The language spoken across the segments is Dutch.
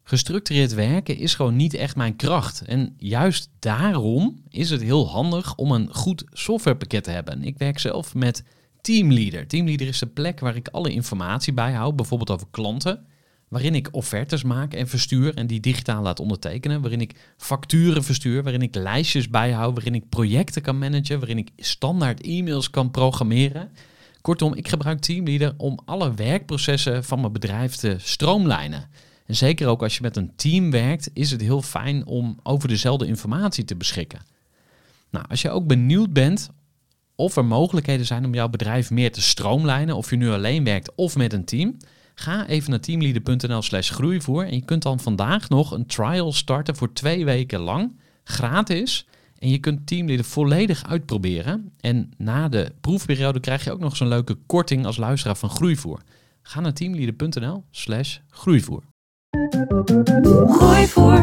Gestructureerd werken is gewoon niet echt mijn kracht. En juist daarom is het heel handig om een goed softwarepakket te hebben. Ik werk zelf met Teamleader. Teamleader is de plek waar ik alle informatie bijhoud, bijvoorbeeld over klanten, waarin ik offertes maak en verstuur en die digitaal laat ondertekenen, waarin ik facturen verstuur, waarin ik lijstjes bijhoud, waarin ik projecten kan managen, waarin ik standaard e-mails kan programmeren. Kortom, ik gebruik Teamleader om alle werkprocessen van mijn bedrijf te stroomlijnen. En zeker ook als je met een team werkt, is het heel fijn om over dezelfde informatie te beschikken. Nou, als je ook benieuwd bent of er mogelijkheden zijn om jouw bedrijf meer te stroomlijnen, of je nu alleen werkt of met een team, ga even naar teamleader.nl/groeivoer en je kunt dan vandaag nog een trial starten voor 2 weken lang, gratis. En je kunt Teamleader volledig uitproberen. En na de proefperiode krijg je ook nog eens een leuke korting als luisteraar van Groeivoer. Ga naar teamleader.nl/groeivoer. Groeivoer.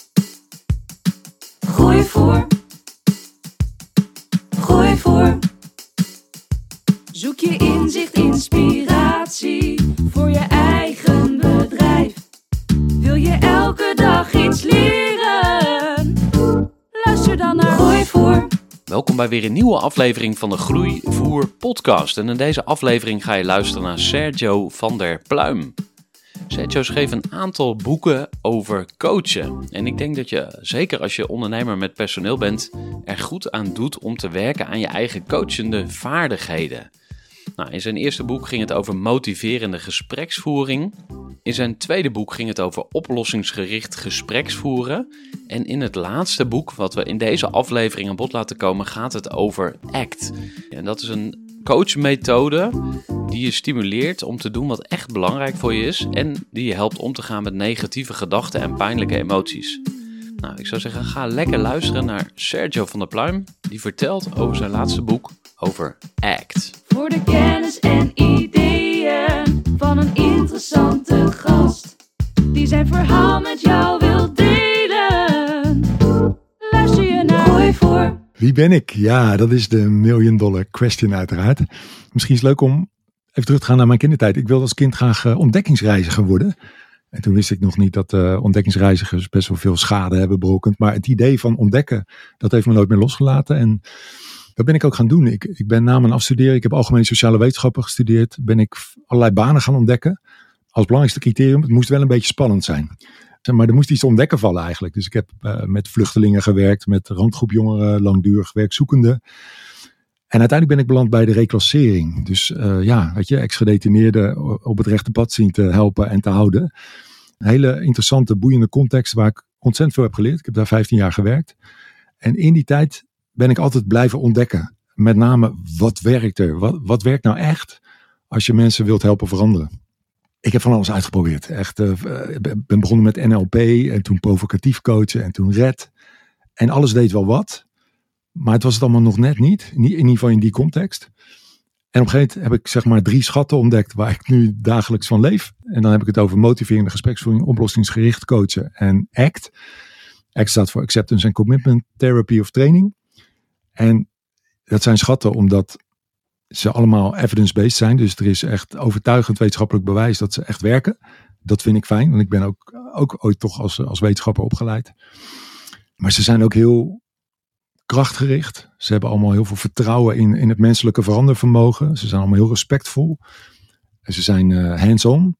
Groeivoer. Groeivoer. Zoek je inzicht, inspiratie voor je eigen bedrijf. Wil je elke dag iets leren? Luister dan naar Groeivoer. Welkom bij weer een nieuwe aflevering van de Groeivoer podcast. En in deze aflevering ga je luisteren naar Sergio van der Pluijm. Sergio schreef een aantal boeken over coachen. En ik denk dat je, zeker als je ondernemer met personeel bent, er goed aan doet om te werken aan je eigen coachende vaardigheden. Nou, in zijn eerste boek ging het over motiverende gespreksvoering. In zijn tweede boek ging het over oplossingsgericht gespreksvoeren. En in het laatste boek, wat we in deze aflevering aan bod laten komen, gaat het over ACT. En dat is een coachmethode die je stimuleert om te doen wat echt belangrijk voor je is en die je helpt om te gaan met negatieve gedachten en pijnlijke emoties. Nou, ik zou zeggen, ga lekker luisteren naar Sergio van der Pluijm, die vertelt over zijn laatste boek over ACT. Voor de kennis en ideeën van een interessante gast, die zijn verhaal met jou wil delen. Luister je naar Groeivoer. Wie ben ik? Ja, dat is de $1 million question uiteraard. Misschien is het leuk om even terug te gaan naar mijn kindertijd. Ik wilde als kind graag ontdekkingsreiziger worden. En toen wist ik nog niet dat ontdekkingsreizigers best wel veel schade hebben berokkend. Maar het idee van ontdekken, dat heeft me nooit meer losgelaten. En dat ben ik ook gaan doen. Ik ben na mijn afstuderen, ik heb algemene sociale wetenschappen gestudeerd, ben ik allerlei banen gaan ontdekken. Als belangrijkste criterium, het moest wel een beetje spannend zijn. Maar er moest iets te ontdekken vallen eigenlijk. Dus ik heb met vluchtelingen gewerkt, met randgroep jongeren, langdurig werkzoekenden. En uiteindelijk ben ik beland bij de reclassering. Dus ex-gedetineerden op het rechte pad zien te helpen en te houden. Een hele interessante, boeiende context waar ik ontzettend veel heb geleerd. Ik heb daar 15 jaar gewerkt. En in die tijd ben ik altijd blijven ontdekken. Met name, wat werkt er? Wat werkt nou echt als je mensen wilt helpen veranderen? Ik heb van alles uitgeprobeerd. Echt, ben begonnen met NLP en toen provocatief coachen en toen RED. En alles deed wel wat. Maar het was het allemaal nog net niet. In ieder geval in die context. En op een gegeven moment heb ik zeg maar 3 schatten ontdekt waar ik nu dagelijks van leef. En dan heb ik het over motiverende gespreksvoering, oplossingsgericht coachen en ACT. ACT staat voor Acceptance and Commitment Therapy of Training. En dat zijn schatten omdat ze allemaal evidence-based zijn. Dus er is echt overtuigend wetenschappelijk bewijs dat ze echt werken. Dat vind ik fijn, want ik ben ook ooit toch als wetenschapper opgeleid. Maar ze zijn ook heel krachtgericht. Ze hebben allemaal heel veel vertrouwen in het menselijke verandervermogen. Ze zijn allemaal heel respectvol. En ze zijn hands-on.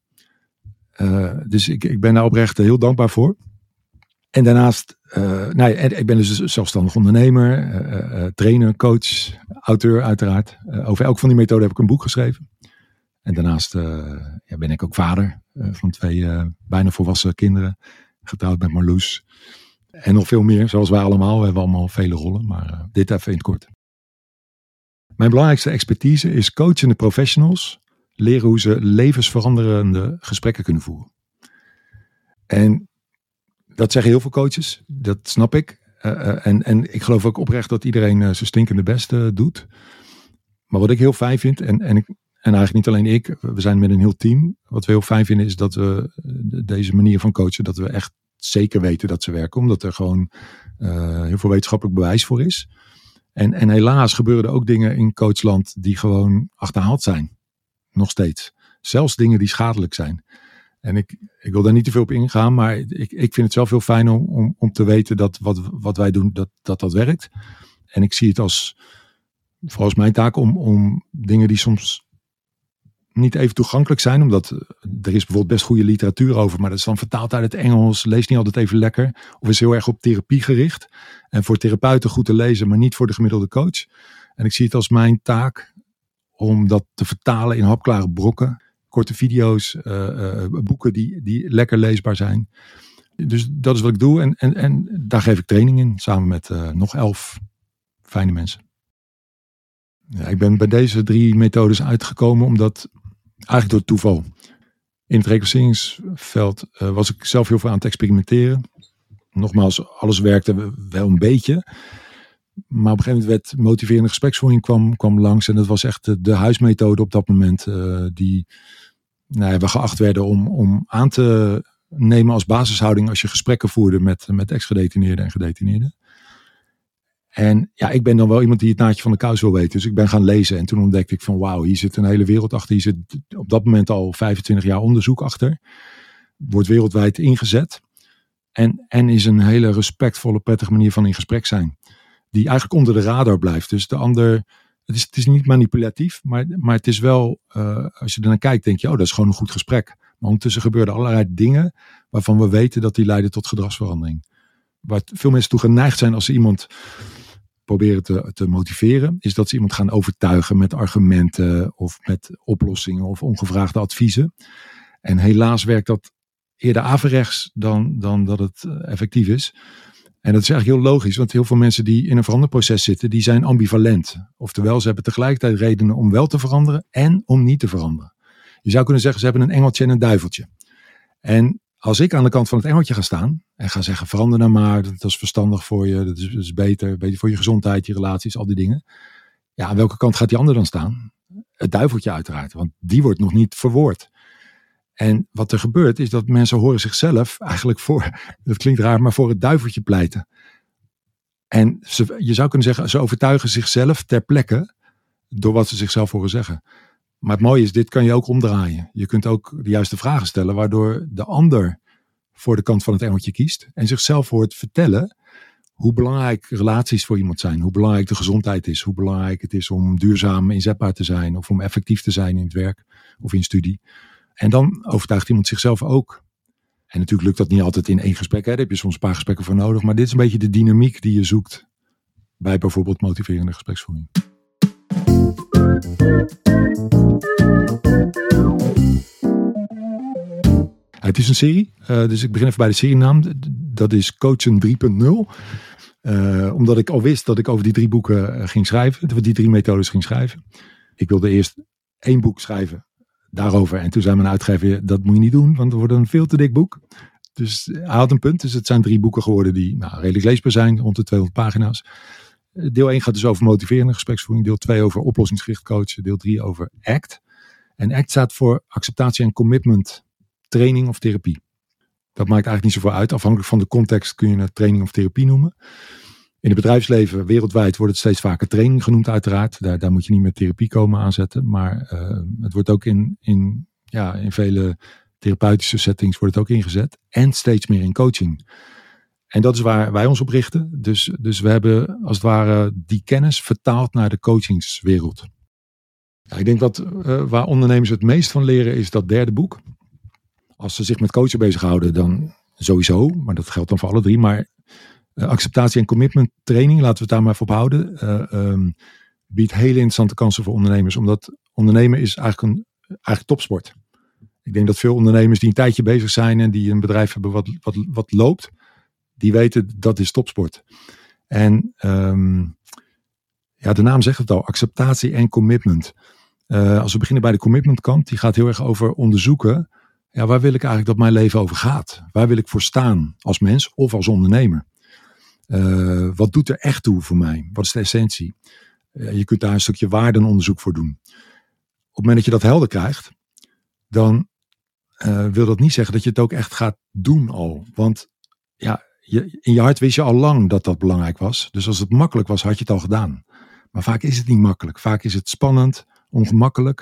Dus ik ben daar oprecht heel dankbaar voor. En daarnaast, ik ben dus zelfstandig ondernemer, trainer, coach, auteur uiteraard. Over elk van die methoden heb ik een boek geschreven. En daarnaast ben ik ook vader van 2 bijna volwassen kinderen. Getrouwd met Marloes. En nog veel meer, zoals wij allemaal. We hebben allemaal vele rollen, maar dit even in het kort. Mijn belangrijkste expertise is coachende professionals leren hoe ze levensveranderende gesprekken kunnen voeren. En dat zeggen heel veel coaches, dat snap ik. En ik geloof ook oprecht dat iedereen zijn stinkende best doet. Maar wat ik heel fijn vind, en eigenlijk niet alleen ik, we zijn met een heel team. Wat we heel fijn vinden is dat we deze manier van coachen, dat we echt zeker weten dat ze werken. Omdat er gewoon heel veel wetenschappelijk bewijs voor is. En helaas gebeuren er ook dingen in coachland die gewoon achterhaald zijn. Nog steeds. Zelfs dingen die schadelijk zijn. En ik wil daar niet te veel op ingaan, maar ik vind het zelf heel fijn om te weten dat wat wij doen, dat werkt. En ik zie het vooral als mijn taak om dingen die soms niet even toegankelijk zijn, omdat er is bijvoorbeeld best goede literatuur over, maar dat is dan vertaald uit het Engels, leest niet altijd even lekker, of is heel erg op therapie gericht. En voor therapeuten goed te lezen, maar niet voor de gemiddelde coach. En ik zie het als mijn taak om dat te vertalen in hapklare brokken, korte video's, boeken die lekker leesbaar zijn. Dus dat is wat ik doe en daar geef ik training in, samen met nog 11 fijne mensen. Ja, ik ben bij deze 3 methodes uitgekomen omdat, eigenlijk door toeval. In het reclasseringsveld was ik zelf heel veel aan het experimenteren. Nogmaals, alles werkte wel een beetje. Maar op een gegeven moment werd motiverende gespreksvoering kwam langs. En dat was echt de huismethode op dat moment. Die we geacht werden om aan te nemen als basishouding als je gesprekken voerde met ex-gedetineerden en gedetineerden. En ja, ik ben dan wel iemand die het naadje van de kous wil weten. Dus ik ben gaan lezen en toen ontdekte ik van wauw, hier zit een hele wereld achter. Hier zit op dat moment al 25 jaar onderzoek achter. Wordt wereldwijd ingezet. En is een hele respectvolle, prettige manier van in gesprek zijn. Die eigenlijk onder de radar blijft. Dus de ander, het is niet manipulatief, maar het is wel, als je ernaar kijkt, denk je, dat is gewoon een goed gesprek. Maar ondertussen gebeuren allerlei dingen waarvan we weten dat die leiden tot gedragsverandering. Waar veel mensen toe geneigd zijn als ze iemand proberen te motiveren, is dat ze iemand gaan overtuigen met argumenten of met oplossingen of ongevraagde adviezen. En helaas werkt dat eerder averechts dan dat het effectief is. En dat is eigenlijk heel logisch, want heel veel mensen die in een veranderproces zitten, die zijn ambivalent. Oftewel, ze hebben tegelijkertijd redenen om wel te veranderen en om niet te veranderen. Je zou kunnen zeggen, ze hebben een engeltje en een duiveltje. En als ik aan de kant van het engeltje ga staan en ga zeggen, verander nou maar, dat is verstandig voor je, dat is beter voor je gezondheid, je relaties, al die dingen. Ja, aan welke kant gaat die ander dan staan? Het duiveltje uiteraard, want die wordt nog niet verwoord. En wat er gebeurt is dat mensen horen zichzelf eigenlijk dat klinkt raar, maar voor het duiveltje pleiten. En je zou kunnen zeggen, ze overtuigen zichzelf ter plekke door wat ze zichzelf horen zeggen. Maar het mooie is, dit kan je ook omdraaien. Je kunt ook de juiste vragen stellen, waardoor de ander voor de kant van het engeltje kiest. En zichzelf hoort vertellen hoe belangrijk relaties voor iemand zijn. Hoe belangrijk de gezondheid is. Hoe belangrijk het is om duurzaam inzetbaar te zijn. Of om effectief te zijn in het werk of in studie. En dan overtuigt iemand zichzelf ook. En natuurlijk lukt dat niet altijd in één gesprek. Daar heb je soms een paar gesprekken voor nodig. Maar dit is een beetje de dynamiek die je zoekt bij bijvoorbeeld motiverende gespreksvoering. Het is een serie, dus ik begin even bij de serienaam. Dat is Coachen 3.0. Omdat ik al wist dat ik over die 3 boeken ging schrijven. Die 3 methodes ging schrijven. Ik wilde eerst 1 boek schrijven daarover. En toen zei mijn uitgever, dat moet je niet doen, want het wordt een veel te dik boek. Dus hij had een punt. Dus het zijn 3 boeken geworden die redelijk leesbaar zijn, rond de 200 pagina's. Deel 1 gaat dus over motiverende gespreksvoering. Deel 2 over oplossingsgericht coachen. Deel 3 over ACT. En ACT staat voor acceptatie en commitment training of therapie. Dat maakt eigenlijk niet zoveel uit. Afhankelijk van de context kun je het training of therapie noemen. In het bedrijfsleven wereldwijd wordt het steeds vaker training genoemd uiteraard. Daar moet je niet met therapie komen aanzetten. Maar het wordt ook in vele therapeutische settings wordt het ook ingezet. En steeds meer in coaching. En dat is waar wij ons op richten. Dus we hebben als het ware die kennis vertaald naar de coachingswereld. Ja, ik denk dat waar ondernemers het meest van leren is dat 3e boek. Als ze zich met coachen bezighouden, dan sowieso. Maar dat geldt dan voor alle 3. Maar acceptatie en commitment training, laten we het daar maar voor ophouden. Biedt hele interessante kansen voor ondernemers. Omdat ondernemen is eigenlijk topsport. Ik denk dat veel ondernemers die een tijdje bezig zijn en die een bedrijf hebben wat loopt, die weten dat is topsport. En de naam zegt het al, acceptatie en commitment. Als we beginnen bij de commitment kant, die gaat heel erg over onderzoeken. Ja, waar wil ik eigenlijk dat mijn leven over gaat? Waar wil ik voor staan als mens of als ondernemer? Wat doet er echt toe voor mij? Wat is de essentie? Je kunt daar een stukje waardenonderzoek voor doen. Op het moment dat je dat helder krijgt, dan wil dat niet zeggen dat je het ook echt gaat doen al. Want ja, in je hart wist je al lang dat dat belangrijk was. Dus als het makkelijk was, had je het al gedaan. Maar vaak is het niet makkelijk. Vaak is het spannend, ongemakkelijk.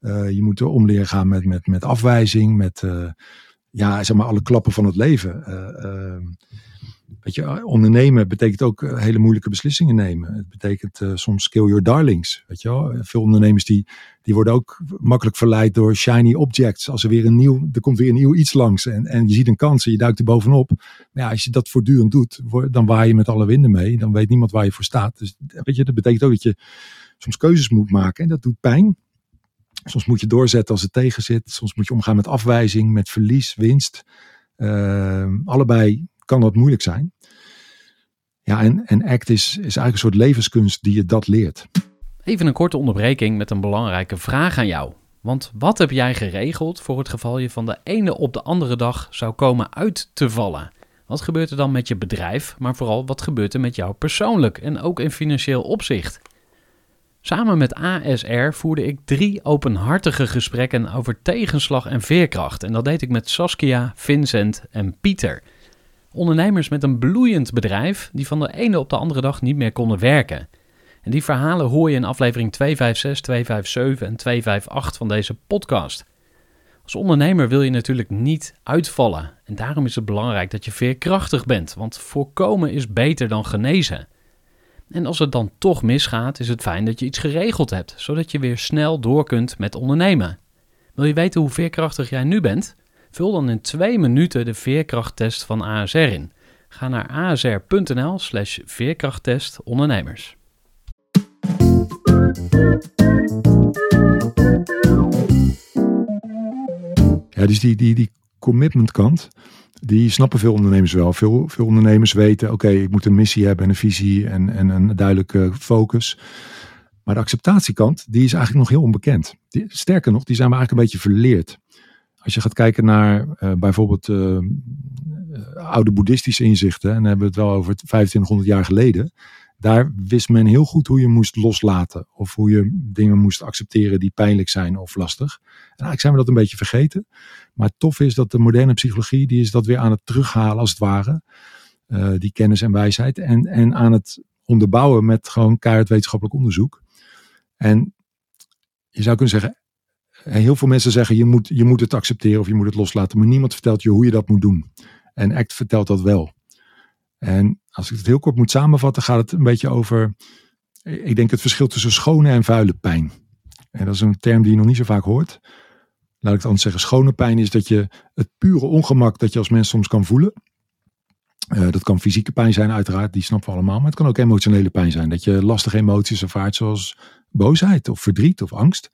Je moet om leren gaan met afwijzing, met zeg maar alle klappen van het leven. Weet je, ondernemen betekent ook hele moeilijke beslissingen nemen. Het betekent soms kill your darlings. Weet je wel? Veel ondernemers die worden ook makkelijk verleid door shiny objects. Als er komt weer een nieuw iets langs en je ziet een kans en je duikt er bovenop. Maar ja, als je dat voortdurend doet, dan waai je met alle winden mee. Dan weet niemand waar je voor staat. Dus weet je, dat betekent ook dat je soms keuzes moet maken en dat doet pijn. Soms moet je doorzetten als het tegen zit. Soms moet je omgaan met afwijzing, met verlies, winst. Allebei kan dat moeilijk zijn. Ja, en ACT is eigenlijk een soort levenskunst die je dat leert. Even een korte onderbreking met een belangrijke vraag aan jou. Want wat heb jij geregeld voor het geval je van de ene op de andere dag zou komen uit te vallen? Wat gebeurt er dan met je bedrijf, maar vooral wat gebeurt er met jou persoonlijk en ook in financieel opzicht? Samen met ASR voerde ik 3 openhartige gesprekken over tegenslag en veerkracht. En dat deed ik met Saskia, Vincent en Pieter. Ondernemers met een bloeiend bedrijf die van de ene op de andere dag niet meer konden werken. En die verhalen hoor je in aflevering 256, 257 en 258 van deze podcast. Als ondernemer wil je natuurlijk niet uitvallen. En daarom is het belangrijk dat je veerkrachtig bent, want voorkomen is beter dan genezen. En als het dan toch misgaat, is het fijn dat je iets geregeld hebt, zodat je weer snel door kunt met ondernemen. Wil je weten hoe veerkrachtig jij nu bent? Vul dan in 2 minuten de veerkrachttest van ASR in. Ga naar asr.nl/veerkrachttest ondernemers. Ja, dus die commitment kant, die snappen veel ondernemers wel. Veel ondernemers weten, oké, ik moet een missie hebben en een visie en een duidelijke focus. Maar de acceptatiekant, die is eigenlijk nog heel onbekend. Sterker nog, die zijn we eigenlijk een beetje verleerd. Als je gaat kijken naar bijvoorbeeld oude boeddhistische inzichten, en dan hebben we het wel over 2500 jaar geleden. Daar wist men heel goed hoe je moest loslaten. Of hoe je dingen moest accepteren die pijnlijk zijn of lastig. En eigenlijk zijn we dat een beetje vergeten. Maar tof is dat de moderne psychologie, die is dat weer aan het terughalen als het ware. Die kennis en wijsheid. En aan het onderbouwen met gewoon keihard wetenschappelijk onderzoek. En je zou kunnen zeggen, heel veel mensen zeggen je moet het accepteren of je moet het loslaten. Maar niemand vertelt je hoe je dat moet doen. En ACT vertelt dat wel. En als ik het heel kort moet samenvatten, gaat het een beetje over, ik denk het verschil tussen schone en vuile pijn. En dat is een term die je nog niet zo vaak hoort. Laat ik het anders zeggen. Schone pijn is dat je het pure ongemak dat je als mens soms kan voelen. Dat kan fysieke pijn zijn uiteraard, die snappen we allemaal. Maar het kan ook emotionele pijn zijn. Dat je lastige emoties ervaart zoals boosheid of verdriet of angst.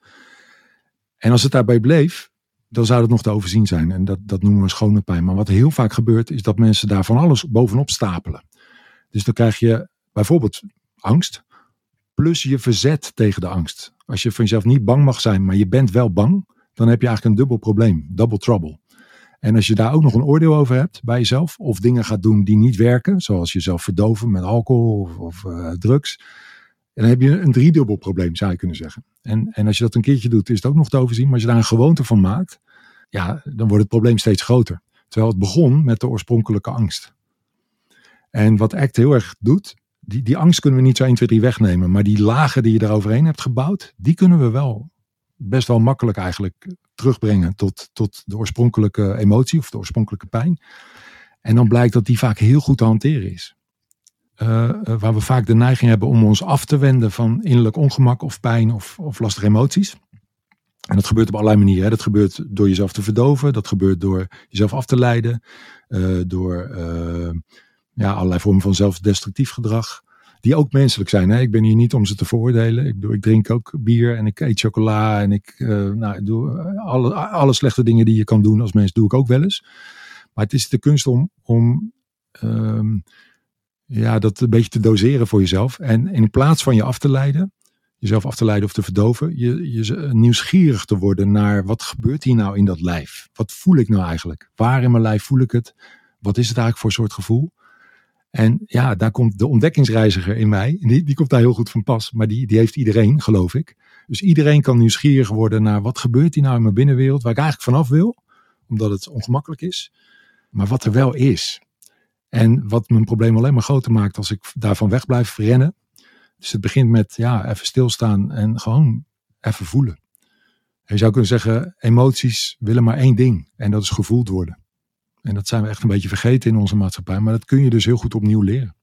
En als het daarbij bleef, dan zou het nog te overzien zijn. En dat noemen we schone pijn. Maar wat heel vaak gebeurt, is dat mensen daar van alles bovenop stapelen. Dus dan krijg je bijvoorbeeld angst, plus je verzet tegen de angst. Als je van jezelf niet bang mag zijn, maar je bent wel bang, dan heb je eigenlijk een dubbel probleem, double trouble. En als je daar ook nog een oordeel over hebt bij jezelf, of dingen gaat doen die niet werken, zoals jezelf verdoven met alcohol of drugs, dan heb je een driedubbel probleem, zou je kunnen zeggen. En als je dat een keertje doet, is het ook nog te overzien. Maar als je daar een gewoonte van maakt, ja, dan wordt het probleem steeds groter. Terwijl het begon met de oorspronkelijke angst. En wat ACT heel erg doet, die angst kunnen we niet zo 1, 2, 3 wegnemen. Maar die lagen die je daaroverheen hebt gebouwd, die kunnen we wel best wel makkelijk eigenlijk terugbrengen tot de oorspronkelijke emotie of de oorspronkelijke pijn. En dan blijkt dat die vaak heel goed te hanteren is. Waar we vaak de neiging hebben om ons af te wenden van innerlijk ongemak of pijn of lastige emoties. En dat gebeurt op allerlei manieren. Hè. Dat gebeurt door jezelf te verdoven. Dat gebeurt door jezelf af te leiden. Door allerlei vormen van zelfdestructief gedrag. Die ook menselijk zijn. Hè. Ik ben hier niet om ze te veroordelen. Ik drink ook bier en ik eet chocola. En ik doe alle slechte dingen die je kan doen als mens doe ik ook wel eens. Maar het is de kunst om dat een beetje te doseren voor jezelf. En in plaats van jezelf af te leiden of te verdoven, je nieuwsgierig te worden naar wat gebeurt hier nou in dat lijf? Wat voel ik nou eigenlijk? Waar in mijn lijf voel ik het? Wat is het eigenlijk voor soort gevoel? En ja, daar komt de ontdekkingsreiziger in mij. Die komt daar heel goed van pas. Maar die heeft iedereen, geloof ik. Dus iedereen kan nieuwsgierig worden naar wat gebeurt hier nou in mijn binnenwereld, waar ik eigenlijk vanaf wil, omdat het ongemakkelijk is. Maar wat er wel is. En wat mijn probleem alleen maar groter maakt als ik daarvan weg blijf rennen. Dus het begint met even stilstaan en gewoon even voelen. Je zou kunnen zeggen, emoties willen maar één ding. En dat is gevoeld worden. En dat zijn we echt een beetje vergeten in onze maatschappij. Maar dat kun je dus heel goed opnieuw leren.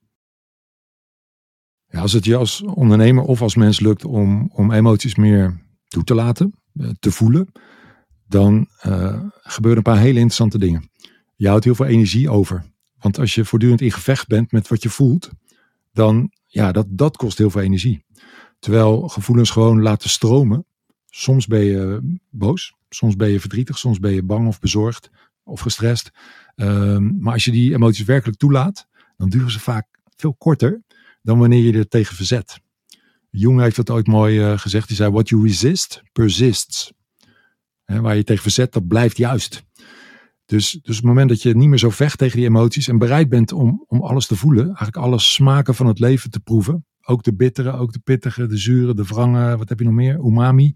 Ja, als het je als ondernemer of als mens lukt om emoties meer toe te laten, te voelen, dan gebeuren een paar hele interessante dingen. Je houdt heel veel energie over. Want als je voortdurend in gevecht bent met wat je voelt, dan dat kost heel veel energie. Terwijl gevoelens gewoon laten stromen. Soms ben je boos, soms ben je verdrietig, soms ben je bang of bezorgd of gestrest. Maar als je die emoties werkelijk toelaat, dan duren ze vaak veel korter dan wanneer je er tegen verzet. Jung heeft dat ooit mooi gezegd. Hij zei, what you resist, persists. Waar je tegen verzet, dat blijft juist. Dus op het moment dat je niet meer zo vecht tegen die emoties en bereid bent om alles te voelen, eigenlijk alle smaken van het leven te proeven, ook de bittere, ook de pittige, de zure, de wrange, wat heb je nog meer? Umami.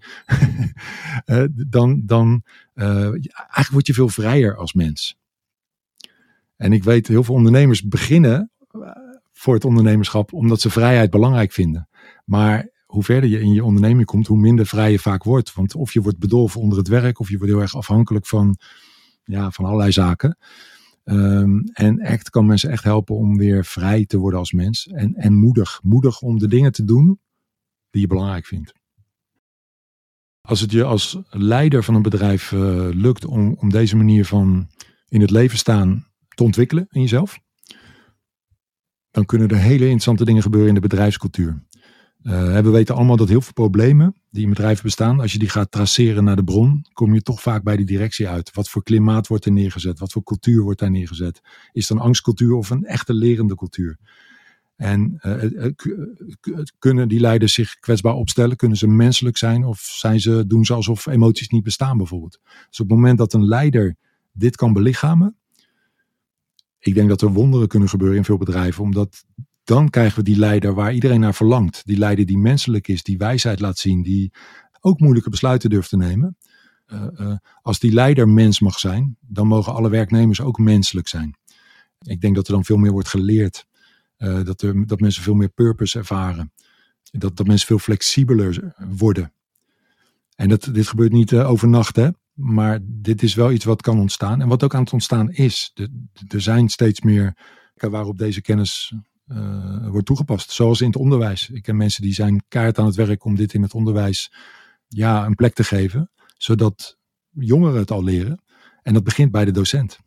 dan eigenlijk word je veel vrijer als mens. En ik weet, heel veel ondernemers beginnen voor het ondernemerschap omdat ze vrijheid belangrijk vinden. Maar hoe verder je in je onderneming komt, hoe minder vrij je vaak wordt. Want of je wordt bedolven onder het werk, of je wordt heel erg afhankelijk van allerlei zaken. En ACT kan mensen echt helpen om weer vrij te worden als mens. En moedig. Moedig om de dingen te doen die je belangrijk vindt. Als het je als leider van een bedrijf lukt om deze manier van in het leven staan te ontwikkelen in jezelf, dan kunnen er hele interessante dingen gebeuren in de bedrijfscultuur. We weten allemaal dat heel veel problemen die in bedrijven bestaan, als je die gaat traceren naar de bron, kom je toch vaak bij die directie uit. Wat voor klimaat wordt er neergezet? Wat voor cultuur wordt daar neergezet? Is het een angstcultuur of een echte lerende cultuur? En kunnen die leiders zich kwetsbaar opstellen? Kunnen ze menselijk zijn? Of doen ze alsof emoties niet bestaan bijvoorbeeld? Dus op het moment dat een leider dit kan belichamen, ik denk dat er wonderen kunnen gebeuren in veel bedrijven, omdat dan krijgen we die leider waar iedereen naar verlangt. Die leider die menselijk is, die wijsheid laat zien, die ook moeilijke besluiten durft te nemen. Als die leider mens mag zijn, dan mogen alle werknemers ook menselijk zijn. Ik denk dat er dan veel meer wordt geleerd. Dat mensen veel meer purpose ervaren. Dat mensen veel flexibeler worden. En dit gebeurt niet overnacht, hè? Maar dit is wel iets wat kan ontstaan. En wat ook aan het ontstaan is. Er zijn steeds meer waarop deze kennis wordt toegepast. Zoals in het onderwijs. Ik ken mensen die zijn keihard aan het werk om dit in het onderwijs een plek te geven. Zodat jongeren het al leren. En dat begint bij de docent.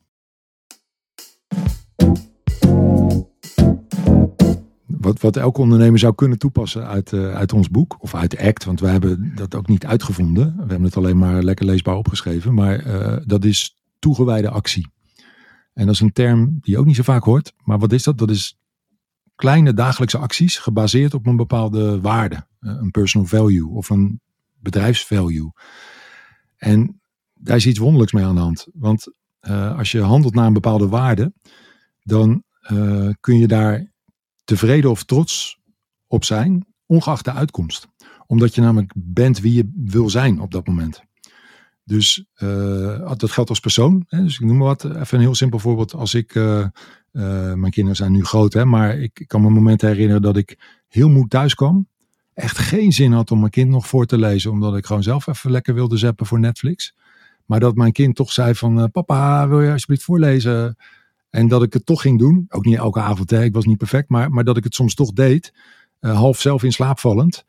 Wat elke ondernemer zou kunnen toepassen uit ons boek. Of uit ACT. Want wij hebben dat ook niet uitgevonden. We hebben het alleen maar lekker leesbaar opgeschreven. Maar dat is toegewijde actie. En dat is een term die je ook niet zo vaak hoort. Maar wat is dat? Dat is kleine dagelijkse acties gebaseerd op een bepaalde waarde. Een personal value of een bedrijfsvalue. En daar is iets wonderlijks mee aan de hand. Want als je handelt naar een bepaalde waarde, dan kun je daar tevreden of trots op zijn, ongeacht de uitkomst. Omdat je namelijk bent wie je wil zijn op dat moment. Dus dat geldt als persoon. Hè? Dus ik noem maar wat. Even een heel simpel voorbeeld. Als ik, mijn kinderen zijn nu groot, hè, maar ik kan me momenten herinneren dat ik heel moe thuis kwam. Echt geen zin had om mijn kind nog voor te lezen, omdat ik gewoon zelf even lekker wilde zappen voor Netflix. Maar dat mijn kind toch zei van, papa, wil je alsjeblieft voorlezen? En dat ik het toch ging doen. Ook niet elke avond, hè, ik was niet perfect, maar dat ik het soms toch deed. Half zelf in slaap vallend.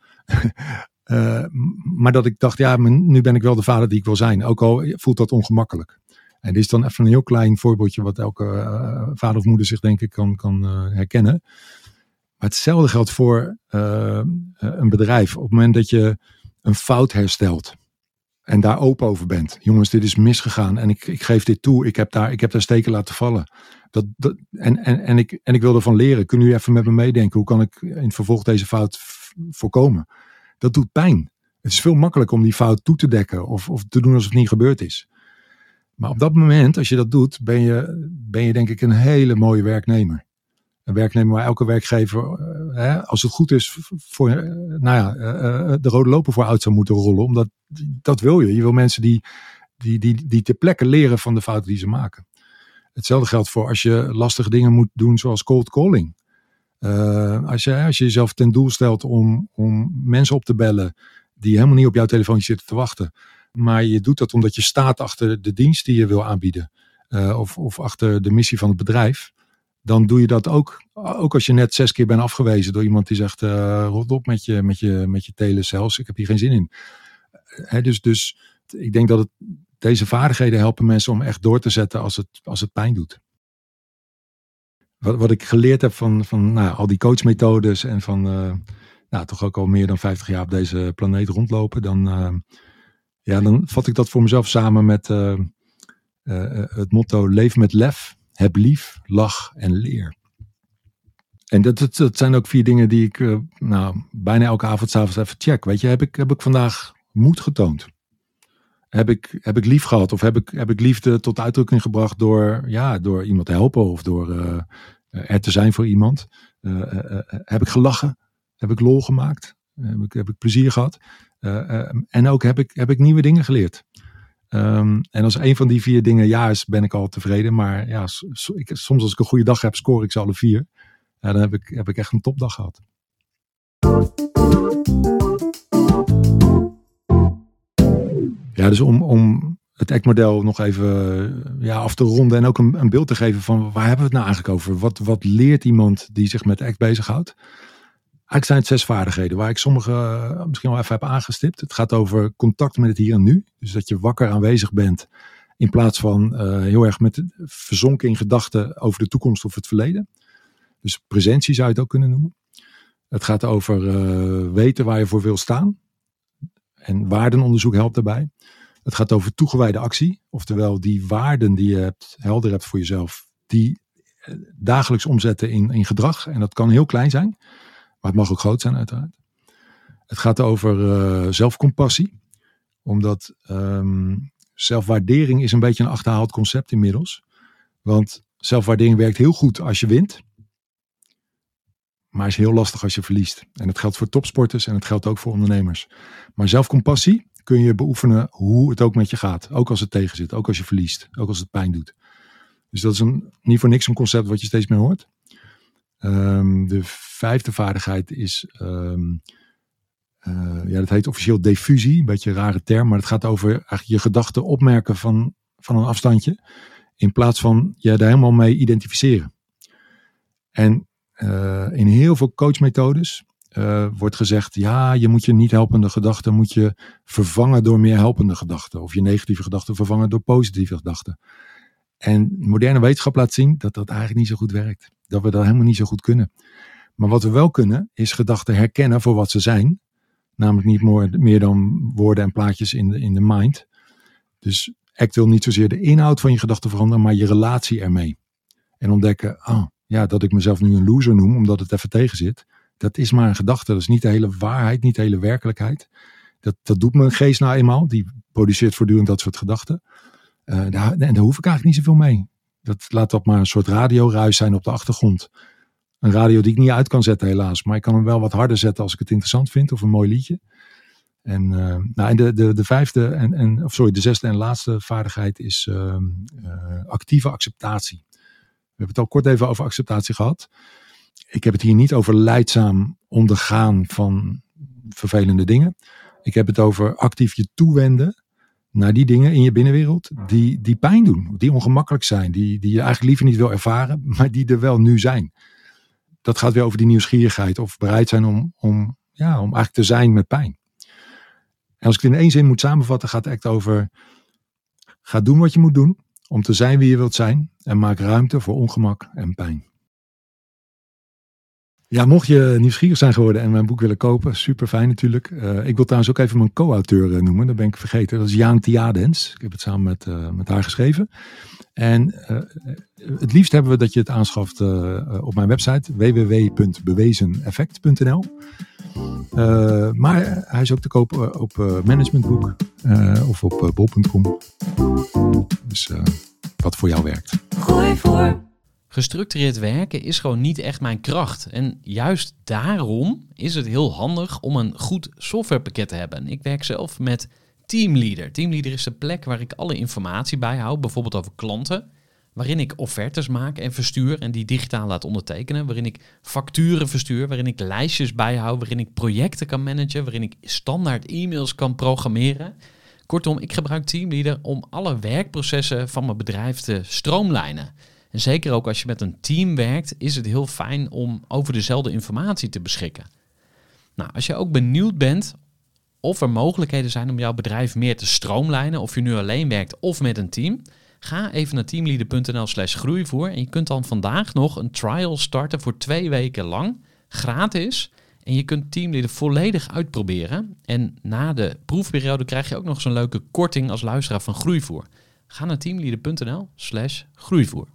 Maar dat ik dacht, nu ben ik wel de vader die ik wil zijn. Ook al voelt dat ongemakkelijk. En dit is dan even een heel klein voorbeeldje wat elke vader of moeder zich denk ik kan herkennen. Maar hetzelfde geldt voor een bedrijf. Op het moment dat je een fout herstelt en daar open over bent. Jongens, dit is misgegaan en ik geef dit toe. Ik heb daar steken laten vallen. En ik wil ervan leren. Kunnen jullie even met me meedenken? Hoe kan ik in het vervolg deze fout voorkomen? Dat doet pijn. Het is veel makkelijker om die fout toe te dekken of te doen alsof het niet gebeurd is. Maar op dat moment, als je dat doet, ben je denk ik een hele mooie werknemer. Een werknemer waar elke werkgever, als het goed is, voor de rode loper voor uit zou moeten rollen. Omdat dat wil je. Je wil mensen die ter plekke leren van de fouten die ze maken. Hetzelfde geldt voor als je lastige dingen moet doen zoals cold calling. Als je jezelf ten doel stelt om mensen op te bellen die helemaal niet op jouw telefoontje zitten te wachten. Maar je doet dat omdat je staat achter de dienst die je wil aanbieden. Of achter de missie van het bedrijf. Dan doe je dat ook als je net 6 keer bent afgewezen door iemand die zegt, rot op met je telesales, ik heb hier geen zin in. Dus ik denk dat deze vaardigheden helpen mensen om echt door te zetten als het pijn doet. Wat ik geleerd heb van al die coachmethodes en van toch ook al meer dan 50 jaar op deze planeet rondlopen, dan vat ik dat voor mezelf samen met het motto leef met lef, heb lief, lach en leer. En dat zijn ook 4 dingen die ik bijna elke avond 's avonds even check. Weet je, heb ik vandaag moed getoond? Heb ik lief gehad? Of heb ik liefde tot uitdrukking gebracht door iemand te helpen of door er te zijn voor iemand? Heb ik gelachen? Heb ik lol gemaakt? Heb ik plezier gehad? En ook heb ik nieuwe dingen geleerd. En als een van die 4 dingen ja is, ben ik al tevreden. Maar ja, soms als ik een goede dag heb, score ik ze alle 4. Dan heb ik echt een topdag gehad. Ja, dus om het ACT-model nog even af te ronden en ook een beeld te geven van waar hebben we het nou eigenlijk over? Wat leert iemand die zich met ACT bezighoudt? Eigenlijk zijn het 6 vaardigheden waar ik sommige misschien wel even heb aangestipt. Het gaat over contact met het hier en nu. Dus dat je wakker aanwezig bent in plaats van heel erg verzonken in gedachten over de toekomst of het verleden. Dus presentie zou je het ook kunnen noemen. Het gaat over weten waar je voor wil staan. En waardenonderzoek helpt daarbij. Het gaat over toegewijde actie. Oftewel die waarden die je helder hebt voor jezelf. Die dagelijks omzetten in gedrag. En dat kan heel klein zijn. Maar het mag ook groot zijn uiteraard. Het gaat over zelfcompassie. Omdat zelfwaardering is een beetje een achterhaald concept inmiddels. Want zelfwaardering werkt heel goed als je wint. Maar is heel lastig als je verliest. En dat geldt voor topsporters en het geldt ook voor ondernemers. Maar zelfcompassie kun je beoefenen hoe het ook met je gaat. Ook als het tegenzit, ook als je verliest, ook als het pijn doet. Dus dat is niet voor niks een concept wat je steeds meer hoort. De 5e vaardigheid is, dat heet officieel diffusie. Een beetje een rare term, maar het gaat over eigenlijk je gedachten opmerken van een afstandje. In plaats van je daar helemaal mee identificeren. En in heel veel coachmethodes wordt gezegd, je moet je niet helpende gedachten moet je vervangen door meer helpende gedachten. Of je negatieve gedachten vervangen door positieve gedachten. En moderne wetenschap laat zien dat dat eigenlijk niet zo goed werkt. Dat we dat helemaal niet zo goed kunnen. Maar wat we wel kunnen, is gedachten herkennen voor wat ze zijn. Namelijk niet meer dan woorden en plaatjes in de mind. Dus ACT wil niet zozeer de inhoud van je gedachten veranderen, maar je relatie ermee. En ontdekken, dat ik mezelf nu een loser noem, omdat het even tegen zit. Dat is maar een gedachte. Dat is niet de hele waarheid, niet de hele werkelijkheid. Dat doet mijn geest nou eenmaal. Die produceert voortdurend dat soort gedachten. En daar hoef ik eigenlijk niet zoveel mee. Laat dat maar een soort radioruis zijn op de achtergrond. Een radio die ik niet uit kan zetten helaas. Maar ik kan hem wel wat harder zetten als ik het interessant vind. Of een mooi liedje. En de 6e en laatste vaardigheid is actieve acceptatie. We hebben het al kort even over acceptatie gehad. Ik heb het hier niet over lijdzaam ondergaan van vervelende dingen. Ik heb het over actief je toewenden naar die dingen in je binnenwereld die pijn doen. Die ongemakkelijk zijn. Die je eigenlijk liever niet wil ervaren, maar die er wel nu zijn. Dat gaat weer over die nieuwsgierigheid. Of bereid zijn om eigenlijk te zijn met pijn. En als ik het in 1 zin moet samenvatten, gaat het echt over: ga doen wat je moet doen om te zijn wie je wilt zijn. En maak ruimte voor ongemak en pijn. Ja, mocht je nieuwsgierig zijn geworden en mijn boek willen kopen, super fijn natuurlijk. Ik wil trouwens ook even mijn co-auteur noemen, dat ben ik vergeten. Dat is Jaan Tiadens. Ik heb het samen met haar geschreven. En het liefst hebben we dat je het aanschaft op mijn website www.bewezeneffect.nl. Maar hij is ook te kopen op Managementboek of op bol.com. Dus wat voor jou werkt. Gooi voor. Gestructureerd werken is gewoon niet echt mijn kracht. En juist daarom is het heel handig om een goed softwarepakket te hebben. Ik werk zelf met Teamleader. Teamleader is de plek waar ik alle informatie bijhoud, bijvoorbeeld over klanten. waarin ik offertes maak en verstuur en die digitaal laat ondertekenen, waarin ik facturen verstuur, waarin ik lijstjes bijhoud, waarin ik projecten kan managen, waarin ik standaard e-mails kan programmeren. Kortom, ik gebruik Teamleader om alle werkprocessen van mijn bedrijf te stroomlijnen. En zeker ook als je met een team werkt, is het heel fijn om over dezelfde informatie te beschikken. Nou, als je ook benieuwd bent of er mogelijkheden zijn om jouw bedrijf meer te stroomlijnen, of je nu alleen werkt of met een team, ga even naar teamleader.nl/groeivoer en je kunt dan vandaag nog een trial starten voor 2 weken lang, gratis. En je kunt Teamleader volledig uitproberen. En na de proefperiode krijg je ook nog zo'n leuke korting als luisteraar van Groeivoer. Ga naar teamleader.nl/groeivoer.